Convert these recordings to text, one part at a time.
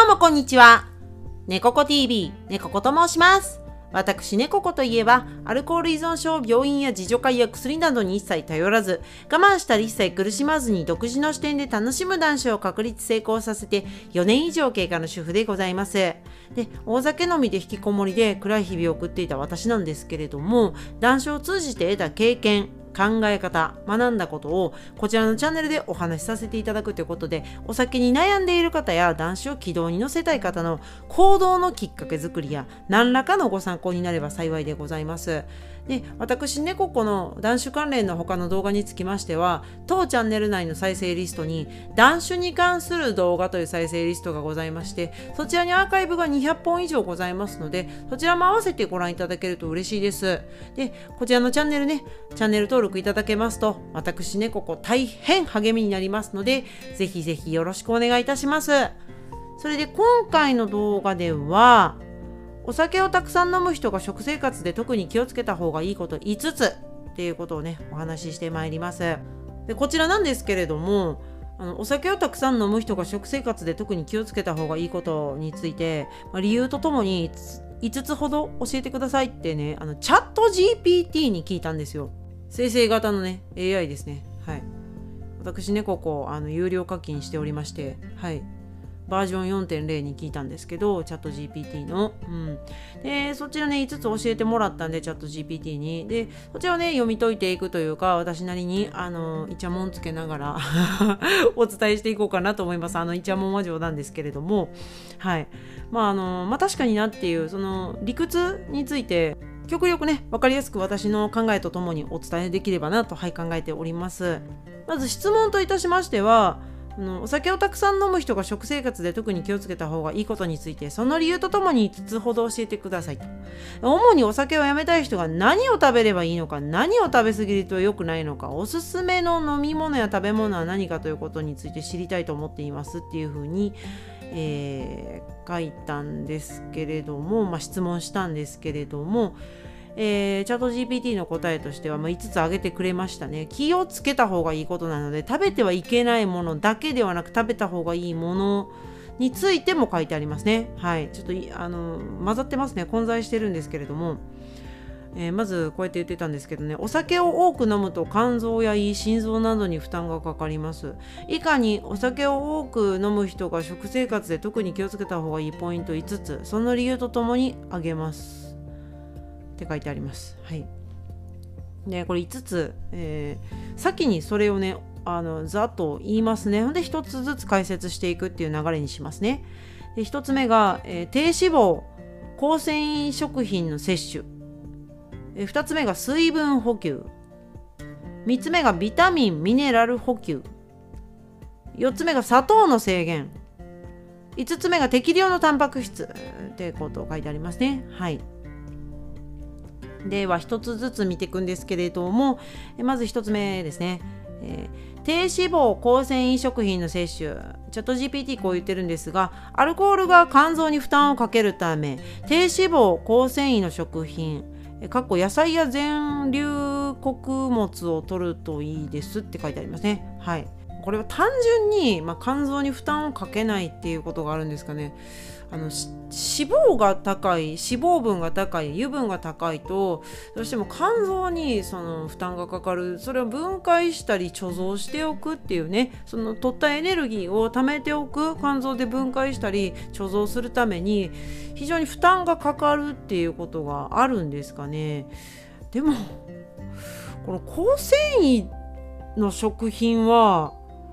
うもこんにちは。ねここ TV、ねここと申します。私、ねここといえば、アルコール依存症、病院や自助会や薬などに一切頼らず、我慢したり一切苦しまずに独自の視点で楽しむ男子を確立成功させて4年以上経過の主婦でございます。で、大酒飲みで引きこもりで暗い日々を送っていた私なんですけれども、男子を通じて得た経験、考え方、学んだことをこちらのチャンネルでお話しさせていただくということで、お酒に悩んでいる方や男子を軌道に乗せたい方の行動のきっかけ作りや何らかのご参考になれば幸いでございます。で、私ねここの男子関連の他の動画につきましては、当チャンネル内の再生リストに男子に関する動画という再生リストがございまして、そちらにアーカイブが200本以上ございますので、そちらも合わせてご覧いただけると嬉しいです。で、こちらのチャンネルね、チャンネル登録いただけますと、私ねここ大変励みになりますので、ぜひぜひよろしくお願いいたします。それで今回の動画では、お酒をたくさん飲む人が食生活で特に気をつけた方がいいこと5つっていうことをね、お話ししてまいります。で、こちらなんですけれども、お酒をたくさん飲む人が食生活で特に気をつけた方がいいことについて、理由とともに5つほど教えてくださいってね、チャット GPT に聞いたんですよ。生成型のね、AI ですね。はい。私ね、ここ、有料課金しておりまして、はい。バージョン 4.0 に聞いたんですけど、チャット GPT の。で、そちらね、5つ教えてもらったんで、チャット GPT に。で、そちらをね、読み解いていくというか、私なりに、イチャモンつけながらお伝えしていこうかなと思います。イチャモンは冗談ですけれども、はい。確かになっていう、その理屈について、極力ね、分かりやすく私の考えとともにお伝えできればなと、考えております。まず質問といたしましては、お酒をたくさん飲む人が食生活で特に気をつけた方がいいことについて、その理由とともに5つほど教えてくださいと。主にお酒をやめたい人が何を食べればいいのか、何を食べ過ぎると良くないのか、おすすめの飲み物や食べ物は何かということについて知りたいと思っていますっていうふうに、書いたんですけれども、質問したんですけれども、チャット GPT の答えとしては、5つ挙げてくれましたね。気をつけた方がいいことなので、食べてはいけないものだけではなく、食べた方がいいものについても書いてありますね。はい。ちょっと混ざってますね。混在してるんですけれども、まずこうやって言ってたんですけどね、お酒を多く飲むと肝臓や胃、心臓などに負担がかかります。以下にお酒を多く飲む人が食生活で特に気をつけた方がいいポイント5つ、その理由とともに挙げますって書いてあります。はい。で、これ5つ、先にそれをね、ざっと言いますね。ほんで1つずつ解説していくっていう流れにしますね。で、1つ目が、低脂肪、高繊維食品の摂取。2つ目が水分補給。3つ目がビタミン、ミネラル補給。4つ目が砂糖の制限。5つ目が適量のタンパク質ってことを書いてありますね。はい。では一つずつ見ていくんですけれども、まず一つ目ですね。低脂肪高繊維食品の摂取。チャット GPT こう言ってるんですが、アルコールが肝臓に負担をかけるため、低脂肪高繊維の食品、野菜や全粒穀物を摂るといいですって書いてありますね。はい。これは単純に、肝臓に負担をかけないっていうことがあるんですかね。脂肪が高い、脂肪分が高い、油分が高いとどうしても肝臓にその負担がかかる。それを分解したり貯蔵しておくっていうね、その取ったエネルギーを貯めておく、肝臓で分解したり貯蔵するために非常に負担がかかるっていうことがあるんですかね。でもこの高繊維の食品は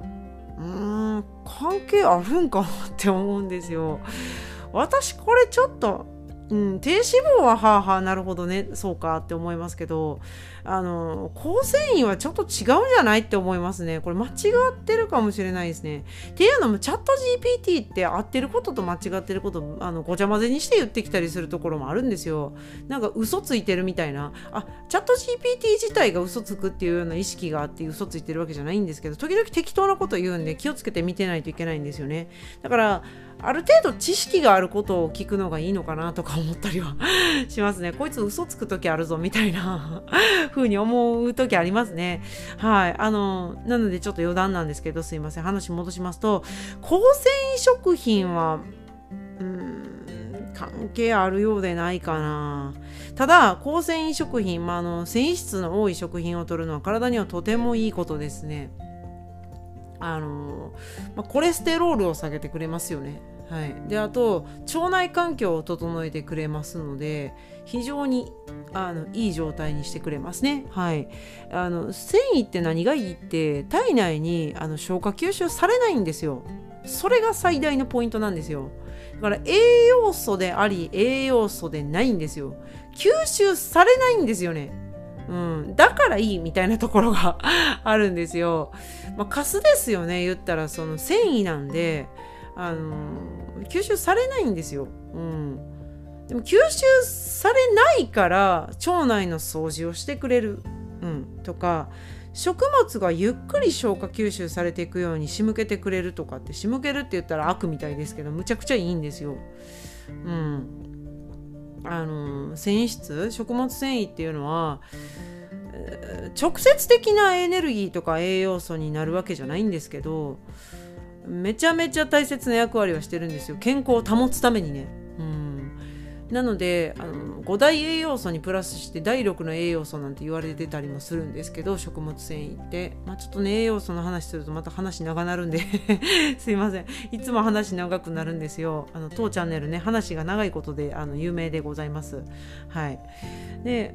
関係あるんかなって思うんですよ。私これちょっと、低脂肪はなるほどね、そうかって思いますけど、高繊維はちょっと違うんじゃないって思いますね。これ間違ってるかもしれないですね。っていうのもチャット GPT って合ってることと間違ってることごちゃ混ぜにして言ってきたりするところもあるんですよ。なんか嘘ついてるみたいな。チャット GPT 自体が嘘つくっていうような意識があって嘘ついてるわけじゃないんですけど、時々適当なこと言うんで気をつけて見てないといけないんですよね。だからある程度知識があることを聞くのがいいのかなとか思ったりはしますね。こいつ嘘つく時あるぞみたいな風に思う時ありますね。はい。なのでちょっと余談なんですけど、すいません。話戻しますと、高繊維食品は関係あるようでないかな。ただ高繊維食品、繊維質の多い食品を摂るのは体にはとてもいいことですね。コレステロールを下げてくれますよね。はい、であと腸内環境を整えてくれますので非常にいい状態にしてくれますね。はい、繊維って何がいいって体内に消化吸収されないんですよ。それが最大のポイントなんですよ。だから栄養素であり栄養素でないんですよ。吸収されないんですよね。だからいいみたいなところがあるんですよ。カスですよね。言ったらその繊維なんで吸収されないんですよ。でも吸収されないから腸内の掃除をしてくれる、とか食物がゆっくり消化吸収されていくように仕向けてくれるとかって、仕向けるって言ったら悪みたいですけどむちゃくちゃいいんですよ。繊維質、食物繊維っていうのは直接的なエネルギーとか栄養素になるわけじゃないんですけどめちゃめちゃ大切な役割はしてるんですよ。健康を保つためにね。なので5大栄養素にプラスして第6の栄養素なんて言われてたりもするんですけど、食物繊維ってちょっとね栄養素の話するとまた話長なるんですいません、いつも話長くなるんですよ。当チャンネルね話が長いことで有名でございます。はい。で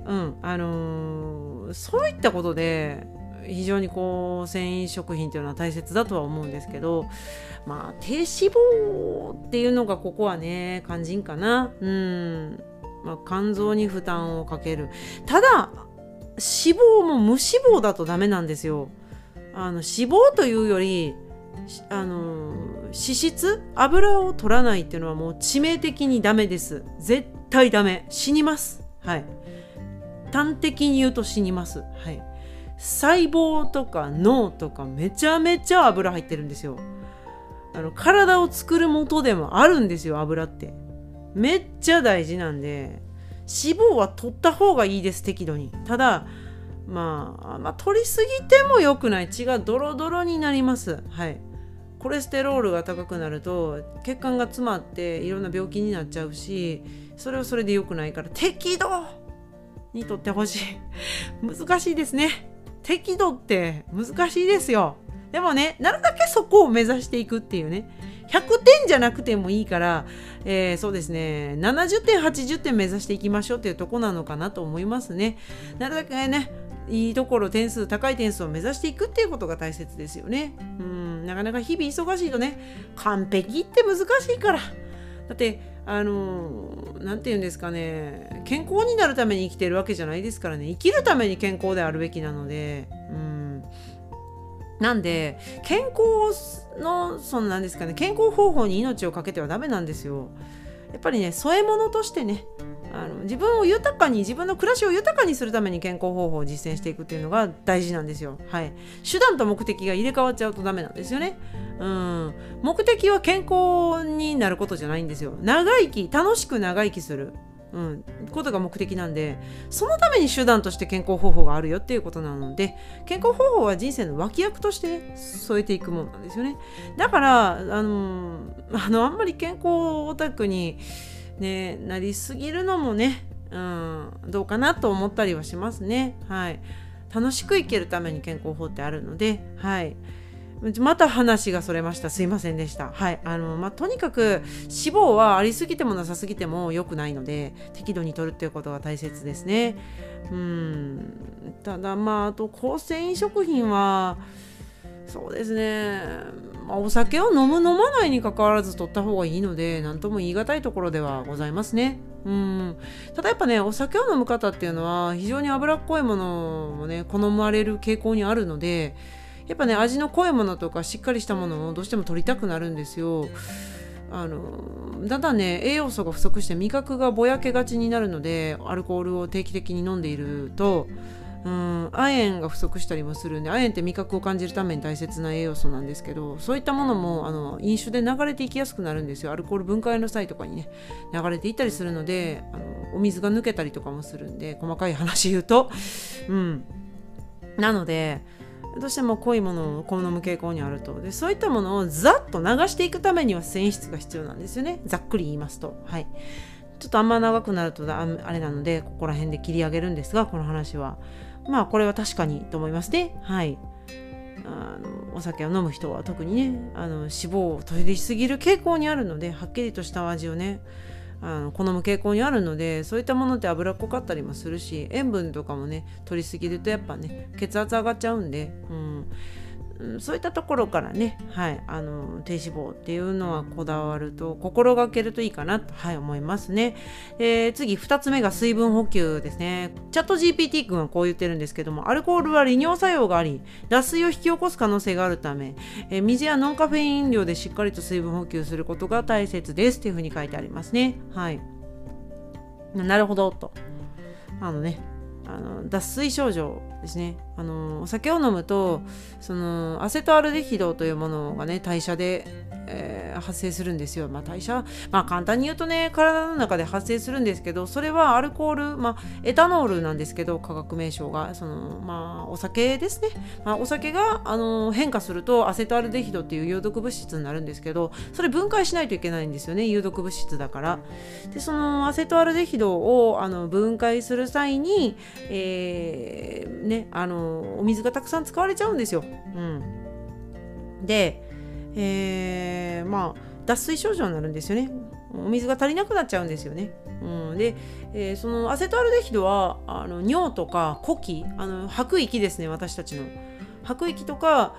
そういったことで非常に繊維食品というのは大切だとは思うんですけど、低脂肪っていうのがここはね肝心かな。肝臓に負担をかける。ただ脂肪も無脂肪だとダメなんですよ。脂肪というより脂質、油を取らないっていうのはもう致命的にダメです。絶対ダメ。死にます。はい。端的に言うと死にます。はい。細胞とか脳とかめちゃめちゃ油入ってるんですよ。体を作る元でもあるんですよ。油ってめっちゃ大事なんで脂肪は取った方がいいです。適度に。ただ取りすぎても良くない。血がドロドロになります。はい。コレステロールが高くなると血管が詰まっていろんな病気になっちゃうし、それはそれで良くないから適度に取ってほしい。難しいですね。適度って難しいですよ。でもね、なるだけそこを目指していくっていうね。100点じゃなくてもいいから、そうですね、70点80点目指していきましょうっていうとこなのかなと思いますね。なるだけね、いいところ高い点数を目指していくっていうことが大切ですよね。なかなか日々忙しいとね、完璧って難しいから。だってなんて言うんですかね、健康になるために生きてるわけじゃないですからね。生きるために健康であるべきなので、なんで健康のなんですかね、健康方法に命をかけてはダメなんですよ。やっぱりね、添え物としてね、自分を豊かに、自分の暮らしを豊かにするために健康方法を実践していくっていうのが大事なんですよ。はい。手段と目的が入れ替わっちゃうとダメなんですよね。目的は健康になることじゃないんですよ。長生き、楽しく長生きする、ことが目的なんで、そのために手段として健康方法があるよっていうことなので、健康方法は人生の脇役として、ね、添えていくものなんですよね。だからあんまり健康オタクにね、なりすぎるのもね、どうかなと思ったりはしますね。はい。楽しく生きるために健康法ってあるので、はい。また話がそれました。すいませんでした。はい。とにかく脂肪はありすぎてもなさすぎても良くないので、適度に摂るっていうことが大切ですね。ただあと高繊維食品はそうですね、お酒を飲まないにかかわらず取った方がいいので、何とも言い難いところではございますね。ただやっぱね、お酒を飲む方っていうのは非常に脂っこいものもね好まれる傾向にあるので、やっぱね、味の濃いものとかしっかりしたものをどうしても取りたくなるんですよ。だんだんね、栄養素が不足して味覚がぼやけがちになるので、アルコールを定期的に飲んでいると亜鉛が不足したりもするんで、亜鉛って味覚を感じるために大切な栄養素なんですけど、そういったものも飲酒で流れていきやすくなるんですよ。アルコール分解の際とかにね流れていったりするので、お水が抜けたりとかもするんで、細かい話言うとなのでどうしても濃いものを好む傾向にあると。で、そういったものをざっと流していくためには繊維質が必要なんですよね。ざっくり言いますと。はい。 ちょっとあんま長くなるとあれなのでここら辺で切り上げるんですが、この話はこれは確かにと思いますね。はい。お酒を飲む人は特にね脂肪を取りすぎる傾向にあるので、はっきりとした味をね好む傾向にあるので、そういったものって脂っこかったりもするし、塩分とかもね取りすぎるとやっぱね血圧上がっちゃうんで、そういったところからね、はい、低脂肪っていうのはこだわると心がけるといいかなと、思いますね。次2つ目が水分補給ですね。チャット GPT 君はこう言ってるんですけども、アルコールは利尿作用があり脱水を引き起こす可能性があるため、水やノンカフェイン飲料でしっかりと水分補給することが大切ですっていうふうに書いてありますね。はい、なるほどと。脱水症状ですね。お酒を飲むとそのアセトアルデヒドというものがね代謝で、発生するんですよ。代謝、簡単に言うとね体の中で発生するんですけど、それはアルコール、エタノールなんですけど、化学名称がお酒ですね。お酒が変化するとアセトアルデヒドっていう有毒物質になるんですけど、それ分解しないといけないんですよね、有毒物質だから。でそのアセトアルデヒドを分解する際に、お水がたくさん使われちゃうんですよ。で、脱水症状になるんですよね。お水が足りなくなっちゃうんですよね。で、そのアセトアルデヒドは尿とか呼気、吐く息ですね。私たちの吐く息とか、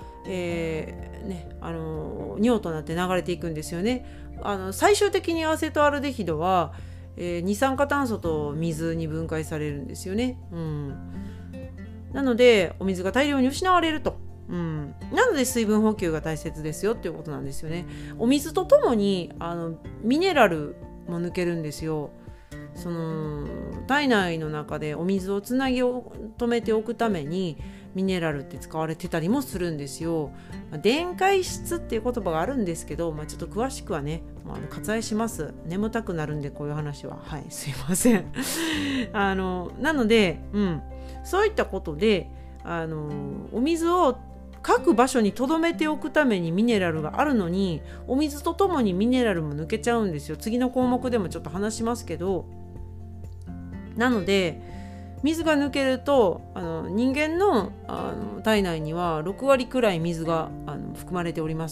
尿となって流れていくんですよね。最終的にアセトアルデヒドは、二酸化炭素と水に分解されるんですよね。なのでお水が大量に失われると。なので水分補給が大切ですよっていうことなんですよね。お水とともにミネラルも抜けるんですよ。その体内の中でお水をつなぎを止めておくためにミネラルって使われてたりもするんですよ。電解質っていう言葉があるんですけど、ちょっと詳しくはね割愛します。眠たくなるんでこういう話はすいませんなので、そういったことでお水を各場所に留めておくためにミネラルがあるのに、お水とともにミネラルも抜けちゃうんですよ。次の項目でもちょっと話しますけど、なので水が抜けると人間の体内には6割くらい水が含まれております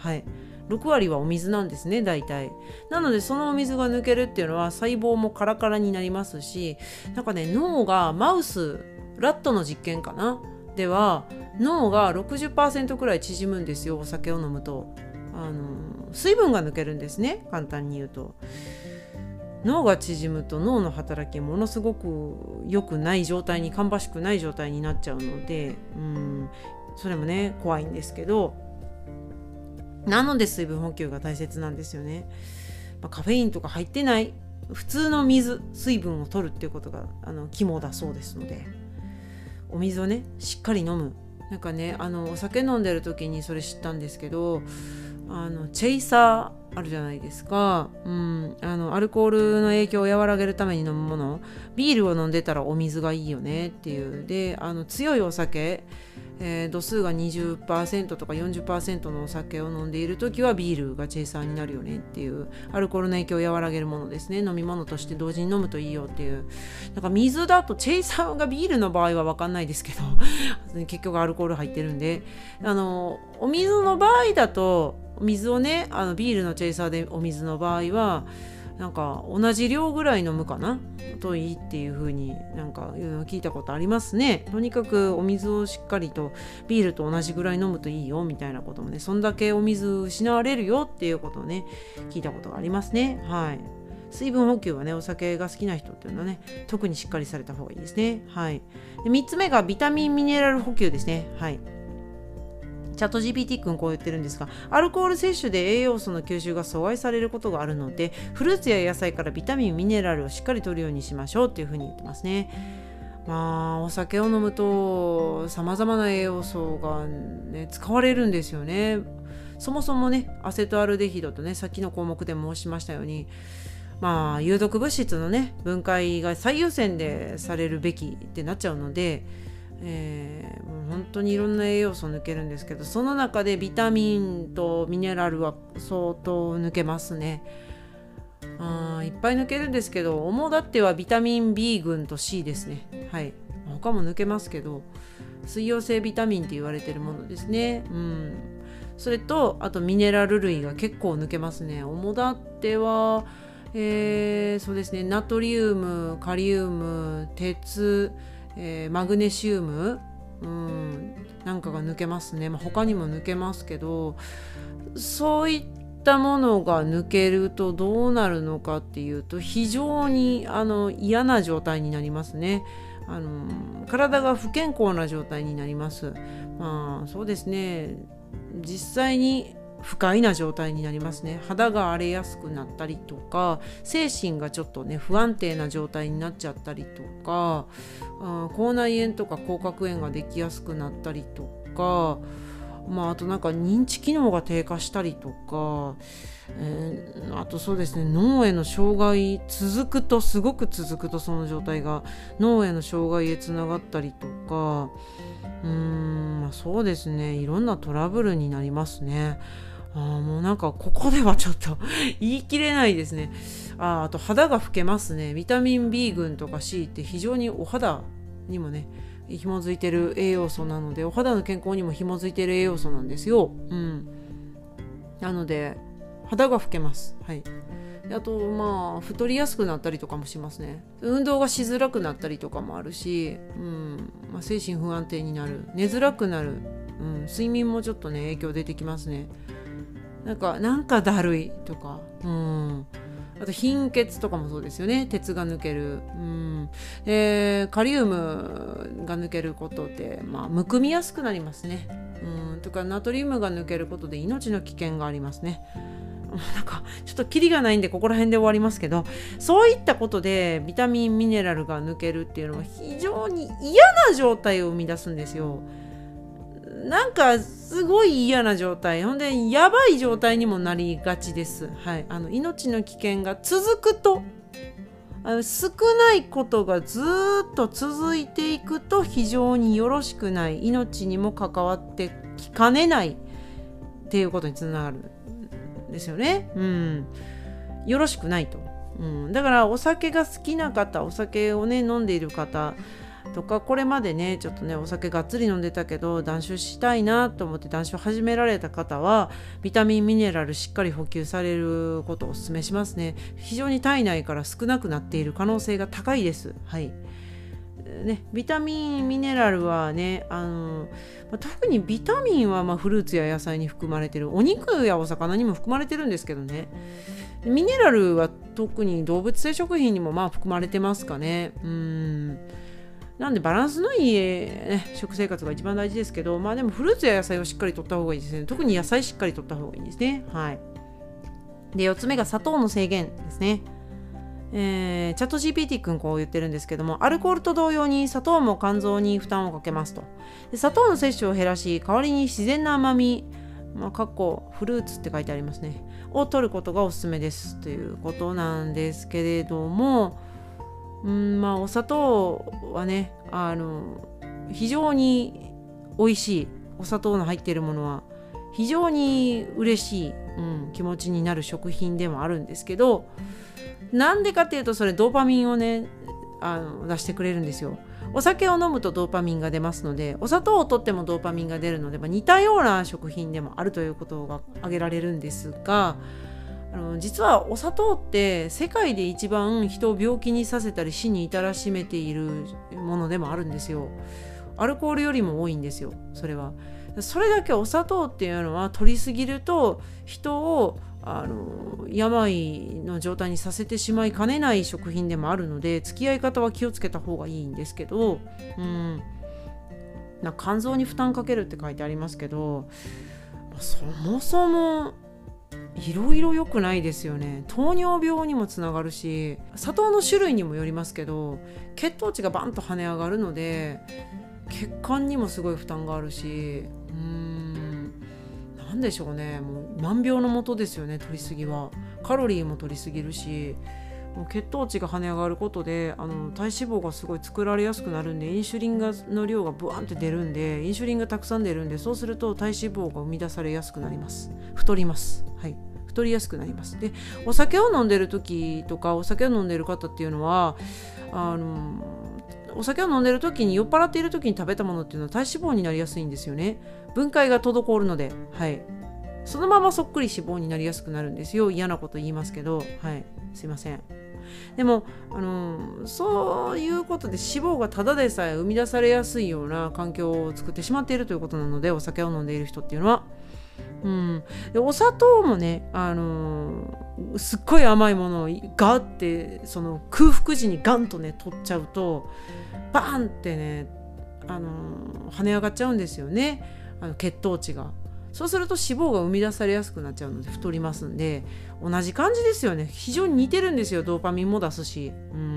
。6割はお水なんですね、大体。なのでそのお水が抜けるっていうのは細胞もカラカラになりますし、脳がラットの実験かなでは脳が 60% くらい縮むんですよ。お酒を飲むと水分が抜けるんですね。簡単に言うと脳が縮むと脳の働きものすごく良くない状態に、芳しくない状態になっちゃうので、それもね怖いんですけど、なので水分補給が大切なんですよね。カフェインとか入ってない普通の水分を取るっていうことが肝だそうですので、お水をねしっかり飲む。お酒飲んでる時にそれ知ったんですけど、チェイサーあるじゃないですか。アルコールの影響を和らげるために飲むもの、ビールを飲んでたらお水がいいよねっていう。で強いお酒、度数が 20% とか 40% のお酒を飲んでいるときはビールがチェイサーになるよねっていう、アルコールの影響を和らげるものですね。飲み物として同時に飲むといいよっていう。水だとチェイサーがビールの場合は分かんないですけど結局アルコール入ってるんで、お水の場合だと水をねビールのチェイサーでお水の場合は同じ量ぐらい飲むかなといいっていう風に聞いたことありますね。とにかくお水をしっかりとビールと同じぐらい飲むといいよみたいなこともね、そんだけお水失われるよっていうことをね聞いたことがありますね。水分補給はねお酒が好きな人っていうのはね特にしっかりされた方がいいですね。で3つ目がビタミンミネラル補給ですね。チャット GPT 君こう言ってるんですが、アルコール摂取で栄養素の吸収が阻害されることがあるので、フルーツや野菜からビタミンミネラルをしっかり摂るようにしましょうっていうふうに言ってますね。お酒を飲むと様々な栄養素が、使われるんですよね。そもそもねアセトアルデヒドとねさっきの項目で申しましたように、有毒物質のね分解が最優先でされるべきってなっちゃうので、もう本当にいろんな栄養素抜けるんですけど、その中でビタミンとミネラルは相当抜けますね。 いっぱい抜けるんですけど、主だってはビタミン B 群と C ですね。はい。他も抜けますけど、水溶性ビタミンって言われてるものですね。それとあとミネラル類が結構抜けますね。主だっては、そうですね、ナトリウム、カリウム、鉄、マグネシウム、なんかが抜けますね。他にも抜けますけど、そういったものが抜けるとどうなるのかっていうと、非常に嫌な状態になりますね。体が不健康な状態になります。そうですね、実際に不快な状態になりますね。肌が荒れやすくなったりとか、精神がちょっとね不安定な状態になっちゃったりとか、口内炎とか口角炎ができやすくなったりとか、あとなんか認知機能が低下したりとか、あとそうですね、脳への障害すごく続くとその状態が脳への障害へつながったりとか、そうですね、いろんなトラブルになりますね。もうなんかここではちょっと言い切れないですね。あと肌が老けますね。ビタミン B 群とか C って非常にお肌にもね紐づいてる栄養素なので、お肌の健康にも紐づいてる栄養素なんですよ。なので肌が老けます。はい。あと太りやすくなったりとかもしますね。運動がしづらくなったりとかもあるし、精神不安定になる、寝づらくなる、睡眠もちょっとね影響出てきますね。なんかだるいとか、あと貧血とかもそうですよね。鉄が抜ける、カリウムが抜けることで、むくみやすくなりますね。とかナトリウムが抜けることで命の危険がありますね。ちょっとキリがないんでここら辺で終わりますけど、そういったことでビタミンミネラルが抜けるっていうのは非常に嫌な状態を生み出すんですよ。なんかすごい嫌な状態、ほんでやばい状態にもなりがちです。はい、命の危険が続くと、少ないことがずっと続いていくと非常によろしくない、命にも関わってきかねないっていうことにつながるんですよね。よろしくないと。だからお酒が好きな方、お酒をね飲んでいる方とか、これまでねちょっとねお酒がっつり飲んでたけど断酒したいなと思って断酒を始められた方は、ビタミンミネラルしっかり補給されることをお勧めしますね。非常に体内から少なくなっている可能性が高いです。はいね、ビタミンミネラルはね、特にビタミンはフルーツや野菜に含まれてる、お肉やお魚にも含まれてるんですけどね、ミネラルは特に動物性食品にも含まれてますかね。なんでバランスのいい、食生活が一番大事ですけど、でもフルーツや野菜をしっかりとった方がいいですね。特に野菜しっかりとった方がいいですね。はい。で、4つ目が砂糖の制限ですね。チャット GPT 君こう言ってるんですけども、アルコールと同様に砂糖も肝臓に負担をかけますと。で、砂糖の摂取を減らし、代わりに自然な甘み、フルーツって書いてありますね、を取ることがおすすめですということなんですけれども、お砂糖はね非常に美味しい、お砂糖の入っているものは非常に嬉しい、気持ちになる食品でもあるんですけど、なんでかっていうとそれドーパミンをね出してくれるんですよ。お酒を飲むとドーパミンが出ますので、お砂糖を取ってもドーパミンが出るので、似たような食品でもあるということが挙げられるんですが、実はお砂糖って世界で一番人を病気にさせたり死に至らしめているものでもあるんですよ。アルコールよりも多いんですよ。それだけお砂糖っていうのは取りすぎると人を病の状態にさせてしまいかねない食品でもあるので、付き合い方は気をつけた方がいいんですけど、肝臓に負担かけるって書いてありますけど、そもそもいろいろ良くないですよね。糖尿病にもつながるし、砂糖の種類にもよりますけど、血糖値がバンと跳ね上がるので血管にもすごい負担があるし、なんでしょうね、もう万病のもとですよね。取りすぎはカロリーも取りすぎるし、もう血糖値が跳ね上がることで体脂肪がすごい作られやすくなるんで、インシュリンの量がブワンって出るんで、インシュリンがたくさん出るんで、そうすると体脂肪が生み出されやすくなります。太ります。はい、 太りやすくなります。で、お酒を飲んでる時とかお酒を飲んでる方っていうのはお酒を飲んでる時に酔っ払っている時に食べたものっていうのは体脂肪になりやすいんですよね。分解が滞るので、はい、そのままそっくり脂肪になりやすくなるんですよ。嫌なこと言いますけど、はい、すいません。でも、そういうことで脂肪がただでさえ生み出されやすいような環境を作ってしまっているということなので、お酒を飲んでいる人っていうのは、でお砂糖もね、すっごい甘いものをガーってその空腹時にガンとね取っちゃうとバーンってね、跳ね上がっちゃうんですよね、血糖値が。そうすると脂肪が生み出されやすくなっちゃうので太りますんで、同じ感じですよね。非常に似てるんですよ。ドーパミンも出すし、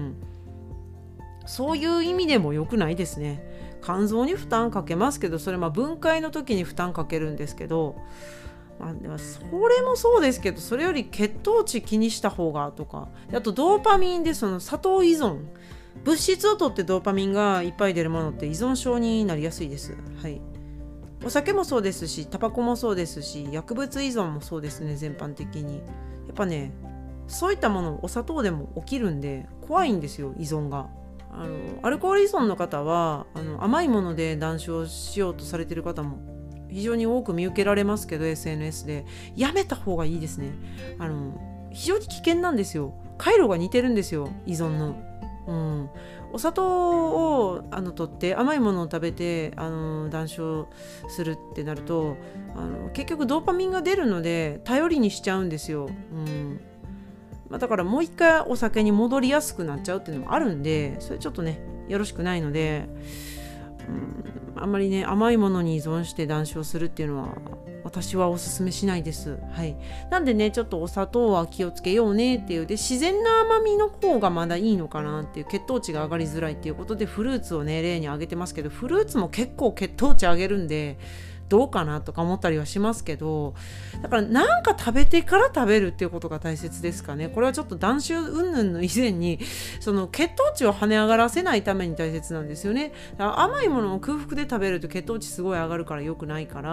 そういう意味でも良くないですね。肝臓に負担かけますけど、それ分解の時に負担かけるんですけど、でもそれもそうですけど、それより血糖値気にした方がとか、あとドーパミンでその砂糖依存、物質を取ってドーパミンがいっぱい出るものって依存症になりやすいです。はい。お酒もそうですし、タバコもそうですし、薬物依存もそうですね。全般的にやっぱね、そういったものお砂糖でも起きるんで怖いんですよ、依存が。アルコール依存の方は甘いもので断酒しようとされている方も非常に多く見受けられますけど、 SNS でやめた方がいいですね。非常に危険なんですよ。回路が似てるんですよ、依存の。お砂糖を取って甘いものを食べて断酒をするってなると結局ドーパミンが出るので頼りにしちゃうんですよ。だからもう一回お酒に戻りやすくなっちゃうっていうのもあるんで、それちょっとねよろしくないので、あんまりね甘いものに依存して断酒をするっていうのは私はおすすめしないです。はい。なんでね、ちょっとお砂糖は気をつけようねっていう、で自然な甘みの方がまだいいのかなっていう、血糖値が上がりづらいっていうことでフルーツをね例に挙げてますけど、フルーツも結構血糖値上げるんでどうかなとか思ったりはしますけど、だからなんか食べてから食べるっていうことが大切ですかね。これはちょっと断酒云々の以前にその血糖値を跳ね上がらせないために大切なんですよね。だから甘いものを空腹で食べると血糖値すごい上がるから良くないから、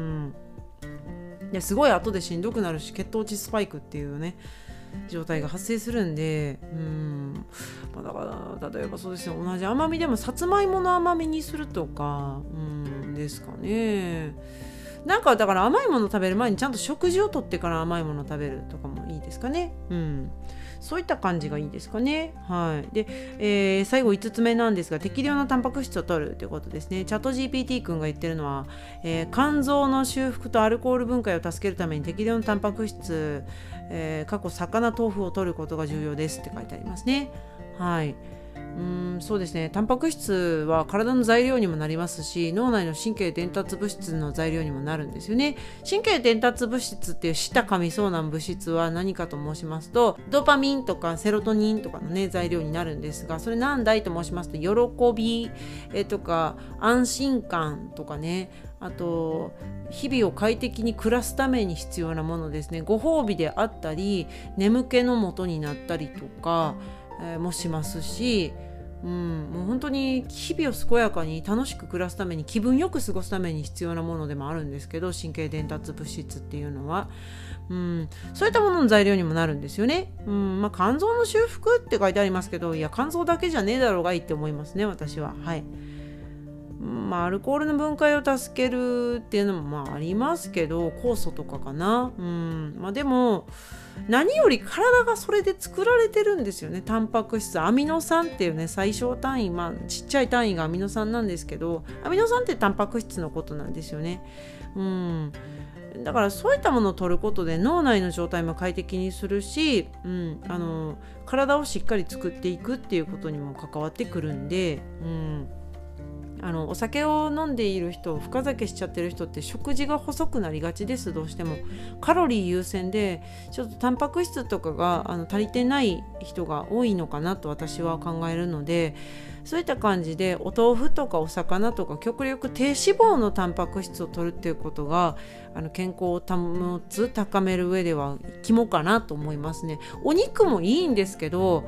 ですごい後でしんどくなるし、血糖値スパイクっていうね状態が発生するんで、だから例えばそうですね、同じ甘みでもさつまいもの甘みにするとかですかね。なんかだから甘いもの食べる前にちゃんと食事をとってから甘いもの食べるとかもいいですかね。そういった感じがいいですかね。はい。で、最後5つ目なんですが、適量のタンパク質を摂るということですね。チャット GPT 君が言ってるのは、肝臓の修復とアルコール分解を助けるために適量のタンパク質、過去魚豆腐を摂ることが重要ですって書いてありますね。はい。そうですね。タンパク質は体の材料にもなりますし、脳内の神経伝達物質の材料にもなるんですよね。神経伝達物質っていう舌噛みそうな物質は何かと申しますと、ドーパミンとかセロトニンとかのね材料になるんですが、それ何だいと申しますと、喜び、とか安心感とかね、あと日々を快適に暮らすために必要なものですね。ご褒美であったり眠気の元になったりとか、もしますし、もう本当に日々を健やかに楽しく暮らすために、気分よく過ごすために必要なものでもあるんですけど、神経伝達物質っていうのは、そういったものの材料にもなるんですよね。肝臓の修復って書いてありますけど、いや肝臓だけじゃねえだろうがいいって思いますね、私は。はい。アルコールの分解を助けるっていうのもありますけど、酵素とかかな。でも何より体がそれで作られてるんですよね。タンパク質、アミノ酸っていうね最小単位、ちっちゃい単位がアミノ酸なんですけど、アミノ酸ってタンパク質のことなんですよね。だからそういったものを取ることで脳内の状態も快適にするし、体をしっかり作っていくっていうことにも関わってくるんで、お酒を飲んでいる人、深酒しちゃってる人って食事が細くなりがちです。どうしてもカロリー優先でちょっとタンパク質とかが足りてない人が多いのかなと私は考えるので、そういった感じでお豆腐とかお魚とか極力低脂肪のタンパク質を摂るっていうことが健康を保つ、高める上では肝かなと思いますね。お肉もいいんですけど、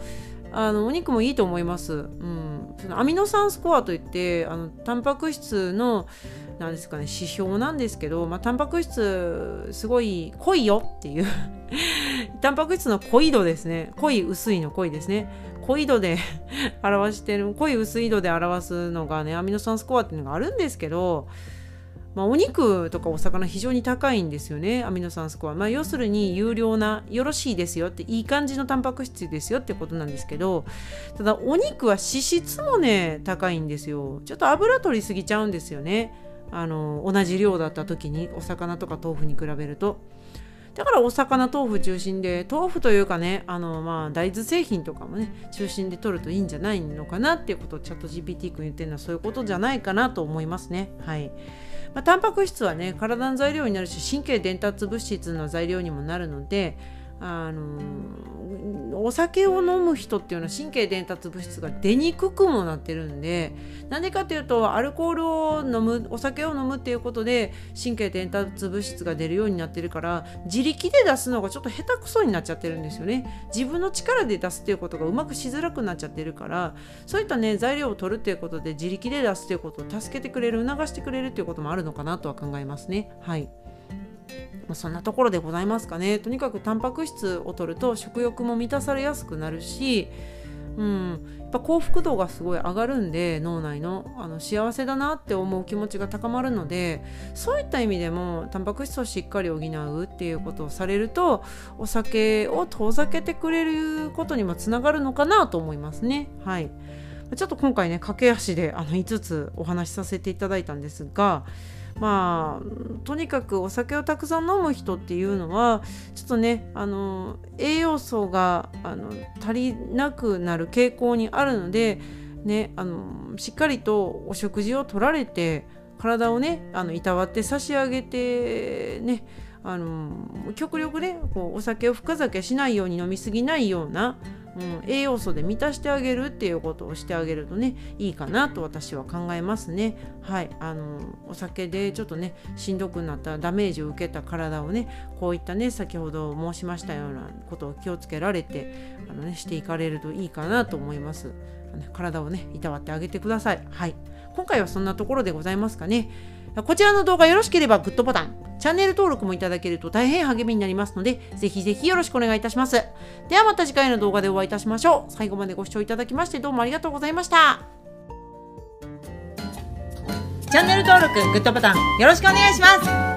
お肉もいいと思います。そのアミノ酸スコアといってタンパク質のなんですかね、指標なんですけど、タンパク質すごい濃いよっていうタンパク質の濃い度ですね。濃い薄いの濃いですね。濃い度で表してる、濃い薄い度で表すのがね、アミノ酸スコアっていうのがあるんですけど、お肉とかお魚非常に高いんですよね、アミノ酸スコア。要するに有料な、よろしいですよって、いい感じのタンパク質ですよってことなんですけど、ただお肉は脂質もね高いんですよ。ちょっと油取りすぎちゃうんですよね。同じ量だった時にお魚とか豆腐に比べると。だからお魚豆腐中心で、豆腐というかね、大豆製品とかもね中心で取るといいんじゃないのかなっていうことをチャット GPT 君言ってるのはそういうことじゃないかなと思いますね。はい。タンパク質はね体の材料になるし、神経伝達物質の材料にもなるので、お酒を飲む人っていうのは神経伝達物質が出にくくもなってるんで、なんでかっていうとアルコールを飲む、お酒を飲むっていうことで神経伝達物質が出るようになってるから、自力で出すのがちょっと下手くそになっちゃってるんですよね。自分の力で出すっていうことがうまくしづらくなっちゃってるから、そういったね材料を取るっていうことで自力で出すっていうことを助けてくれる、促してくれるっていうこともあるのかなとは考えますね。はい。そんなところでございますかね。とにかくタンパク質を取ると食欲も満たされやすくなるし、やっぱ幸福度がすごい上がるんで、脳内の幸せだなって思う気持ちが高まるので、そういった意味でもタンパク質をしっかり補うっていうことをされると、お酒を遠ざけてくれることにもつながるのかなと思いますね。はい。ちょっと今回ね駆け足で5つお話しさせていただいたんですが、とにかくお酒をたくさん飲む人っていうのはちょっとね栄養素が足りなくなる傾向にあるのでね、しっかりとお食事を取られて体をねいたわって差し上げてね、極力ねこうお酒を深酒しないように、飲みすぎないような栄養素で満たしてあげるっていうことをしてあげるとねいいかなと私は考えますね。はい。お酒でちょっとねしんどくなったダメージを受けた体をね、こういったね先ほど申しましたようなことを気をつけられてしていかれるといいかなと思います。体をねいたわってあげてください。はい。今回はそんなところでございますかね。こちらの動画よろしければグッドボタン、チャンネル登録もいただけると大変励みになりますので、ぜひぜひよろしくお願いいたします。ではまた次回の動画でお会いいたしましょう。最後までご視聴いただきましてどうもありがとうございました。チャンネル登録、グッドボタンよろしくお願いします。